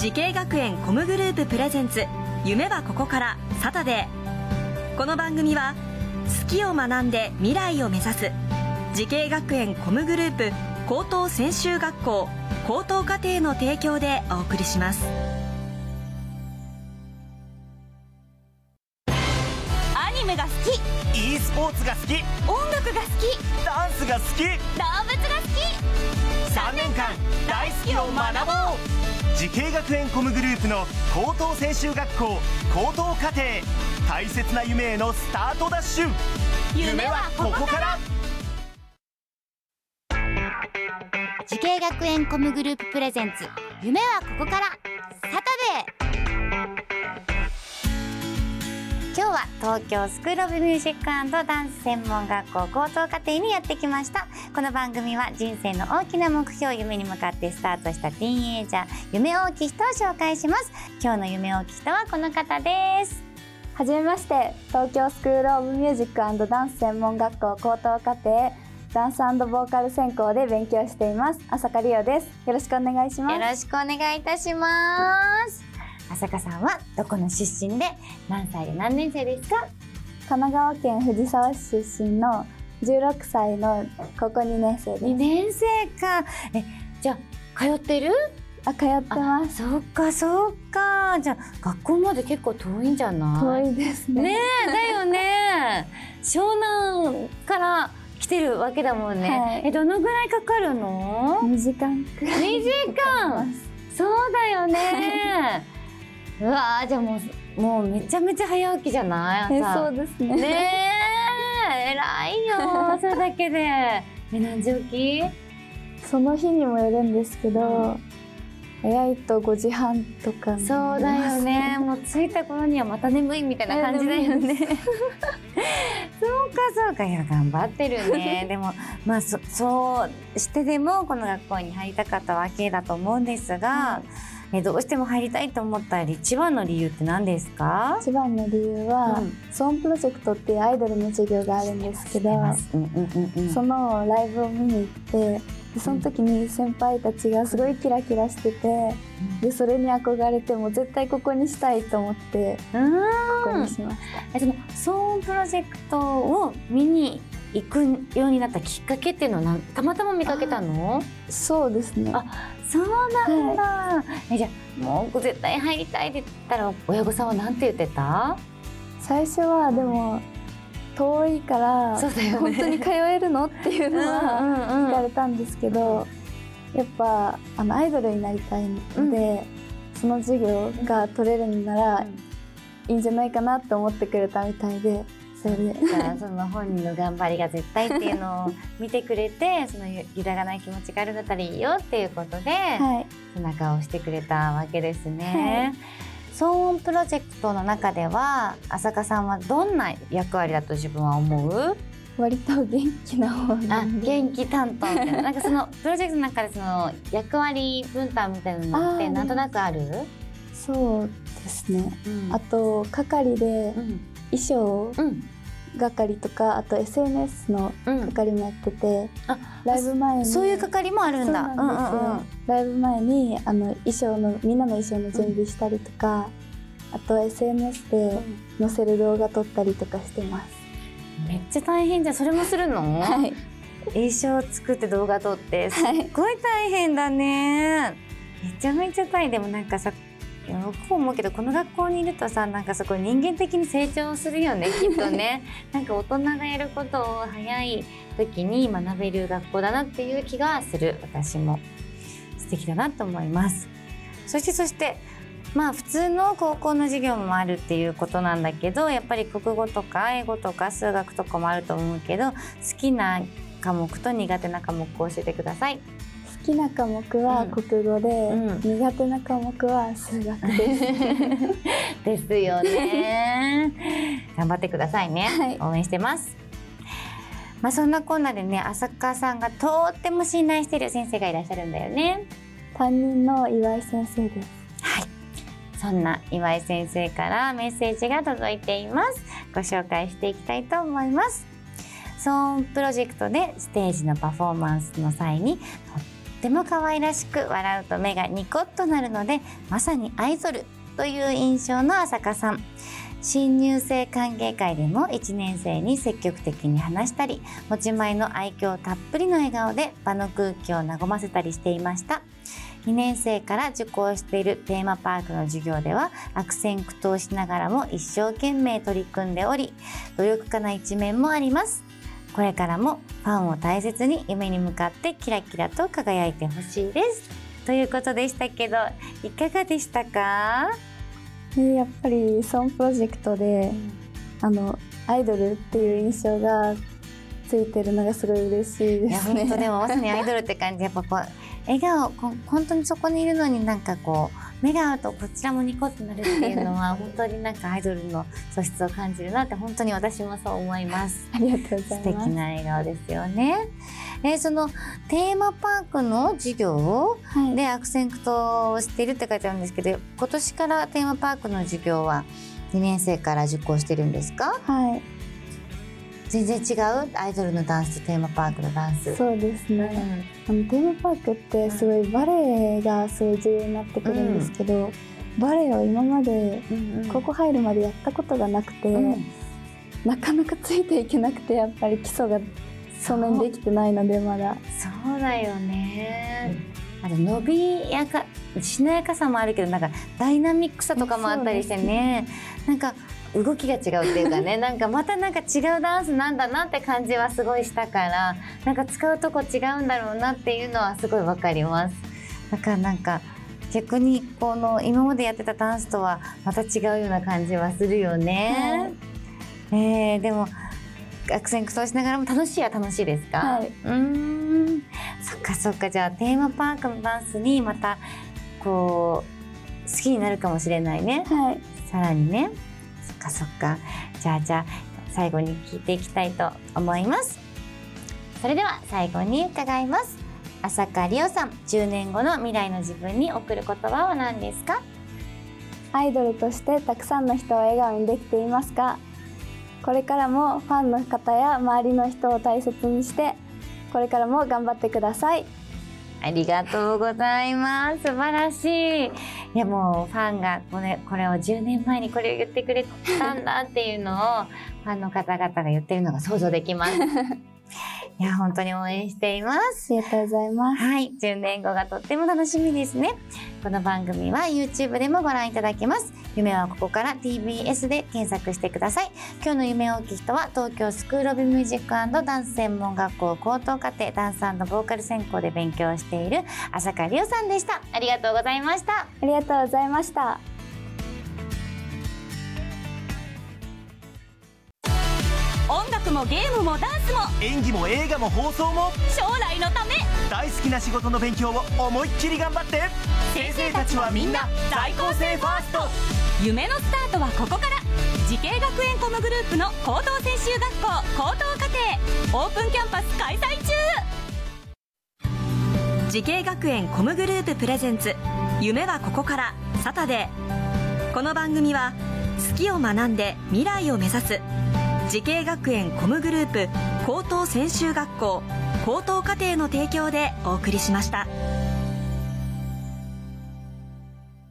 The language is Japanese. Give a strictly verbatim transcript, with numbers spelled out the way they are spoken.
時系学園コムグループプレゼンツ夢はここからサタデー。この番組は好きを学んで未来を目指す時系学園コムグループ高等専修学校高等課程の提供でお送りします。 アニメが好き、 e スポーツが好き、 音楽が好き、 ダンスが好き、 動物が好き。 さんねんかん大好きを学ぼう。時系学園コムグループの高等専修学校高等課程、大切な夢へのスタートダッシュ。夢はここから。 時系学園コムグループプレゼンツ夢はここからサタデー。今日は東京スクールオブミュージック&ダンス専門学校高等課程にやってきました。この番組は人生の大きな目標、夢に向かってスタートしたティーンエイジャー、夢大きい人を紹介します。今日の夢大きい人はこの方です。 はじめまして、東京スクールオブミュージック&ダンス専門学校高等課程ダンス&ボーカル専攻で勉強しています浅香里央です。よろしくお願いします。 よろしくお願いいたします。浅香さんはどこの出身で何歳で何年生ですか？ 神奈川県藤沢市出身のじゅうろくさいの高校にねん生です。 にねん生か。え、じゃあ通ってる？ あ、通ってます。 そっかそっか。じゃあ学校まで結構遠いんじゃない？ 遠いですね。 ねえ、だよね。湘南から来てるわけだもんね、はい、え、どのぐらいかかるの？ にじかんくらい。 にじかんそうだよねうわー、じゃあもう、もうめちゃめちゃ早起きじゃない？ え、そうですね。 ねえ、偉いよそれだけで。え、何時起き？ その日にもよるんですけど、うん、早いとごじはんとか。 そうだよね。もう着いた頃にはまた眠いみたいな感じだよねそうかそうか。いや頑張ってるねでもまあ そ, そうしてでもこの学校に入りたかったわけだと思うんですが、うん、えどうしても入りたいと思った一番の理由って何ですか？ 一番の理由は、うん、ソーンプロジェクトっていうアイドルの授業があるんですけど、そのライブを見に行ってでその時に先輩たちがすごいキラキラしてて、うん、でそれに憧れてもう絶対ここにしたいと思ってここにしました。 そのソーンプロジェクトを見に行くようになったきっかけっていうのはたまたま見かけたの？ そうですね。 あ、そうなんだ、はい、えじゃあもう絶対入りたいって言ったら親御さんは何て言ってた？ 最初はでも遠いから、そうだよね、本当に通えるのっていうのは聞かれたんですけど、やっぱあのアイドルになりたいので、うん、その授業が取れるんならいいんじゃないかなって思ってくれたみたいで、それでその本人の頑張りが絶対っていうのを見てくれてその揺らがない気持ちがあるんだったらいいよっていうことで、はい、背中を押してくれたわけですね、はい。ソーンプロジェクトの中では浅香さんはどんな役割だと自分は思う？ 割と元気な方なんで。 あ、元気担当みたいななんかそのプロジェクトの中でその役割分担みたいなのってなんとなくある？ そうですね、うん、あと係で衣装係とか、あと エスエヌエス の係もやってて、うん、あ、ライブ前にそういう係もあるんだ。 そうなんですよ、うんうんうん、ライブ前にあの衣装のみんなの衣装の準備したりとか、うん、あと エスエヌエス で載せる動画撮ったりとかしてます。 めっちゃ大変じゃん。それもするの？ はい。 衣装作って動画撮ってすっごい大変だね、はい、めちゃめちゃ大変。でもなんかさ、よく思うけどこの学校にいるとさ、なんかそこ人間的に成長するよねきっとねなんか大人がやることを早い時に学べる学校だなっていう気がする。私も素敵だなと思います。そしてそしてまあ普通の高校の授業もあるっていうことなんだけど、やっぱり国語とか英語とか数学とかもあると思うけど、好きな科目と苦手な科目を教えてください。 好きな科目は国語で、うんうん、苦手な科目は数学ですですよね頑張ってくださいね、はい、応援してます。まあそんなこんなでね、浅香さんがとっても信頼している先生がいらっしゃるんだよね。 担任の岩井先生です。 はい、そんな岩井先生からメッセージが届いています。ご紹介していきたいと思います。ソーンプロジェクトでステージのパフォーマンスの際にとってても可愛らしく、笑うと目がニコッとなるのでまさにアイドルという印象の朝香さん。新入生歓迎会でもいちねん生に積極的に話したり、持ち前の愛嬌たっぷりの笑顔で場の空気を和ませたりしていました。にねん生から受講しているテーマパークの授業では悪戦苦闘しながらも一生懸命取り組んでおり、努力家な一面もあります。これからもファンを大切に夢に向かってキラキラと輝いてほしいですということでしたけど、いかがでしたか？ やっぱりソンプロジェクトで、うん、あのアイドルっていう印象がついてるのがすごい嬉しいですね。いや本当でもまさにアイドルって感じ。やっぱこう笑顔こ本当にそこにいるのになんかこう目が合うとこちらもニコッとなるっていうのは本当になんかアイドルの素質を感じるなって本当に私もそう思います。 ありがとうございます。 素敵な笑顔ですよね。えー、そのテーマパークの授業で悪戦苦闘をしているって書いてあるんですけど、今年からテーマパークの授業はにねん生から受講してるんですか？ はい。 全然違う？アイドルのダンスとテーマパークのダンス。 そうですね、うん、あのテーマパークってすごいバレエがすごい重要になってくるんですけど、うん、バレエを今までここ入るまでやったことがなくて、うん、なかなかついていけなくて、やっぱり基礎がそんなにできてないのでまだ。 そうだよね、うん、あと伸びやかしなやかさもあるけどなんかダイナミックさとかもあったりしてね、なんか動きが違うっていうかねなんかまたなんか違うダンスなんだなって感じはすごいしたから、なんか使うとこ違うんだろうなっていうのはすごいわかります。だからなんか逆にこの今までやってたダンスとはまた違うような感じはするよね、はい、えー、でも悪戦苦闘しながらも楽しいは楽しいですか？ はい、 うーん、そっかそっか。じゃあテーマパークのダンスにまたこう好きになるかもしれないね、 はい、 さらにね。そっかそっか。じゃあじゃあ最後に聞いていきたいと思います。それでは最後に伺います。朝香りおさん、じゅうねんごの未来の自分に贈る言葉は何ですか？ アイドルとしてたくさんの人を笑顔にできていますか？これからもファンの方や周りの人を大切にしてこれからも頑張ってください。 ありがとうございます。素晴らしい。いやもうファンがこれ、これをじゅうねんまえにこれを言ってくれたんだっていうのをファンの方々が言ってるのが想像できます。いや本当に応援しています。 ありがとうございます。 はい、じゅうねんごがとっても楽しみですね。この番組は YouTube でもご覧いただけます。夢はここから ティービーエス で検索してください。今日の夢大きい人は東京スクールオブミュージック&ダンス専門学校高等課程ダンス&ボーカル専攻で勉強している朝香りおさんでした。ありがとうございました。 ありがとうございました。 音楽もゲームもダンスも演技も映画も放送も将来のため、 大好きな仕事の勉強を思いっきり頑張って。先生たちはみんな在校生ファースト。 夢のスタートはここから。慈恵学園コムグループの高等専修学校高等課程オープンキャンパス開催中。慈恵学園コムグループプレゼンツ夢はここからサタデー。この番組は好きを学んで未来を目指す慈恵学園コムグループ高等専修学校高等課程の提供でお送りしました。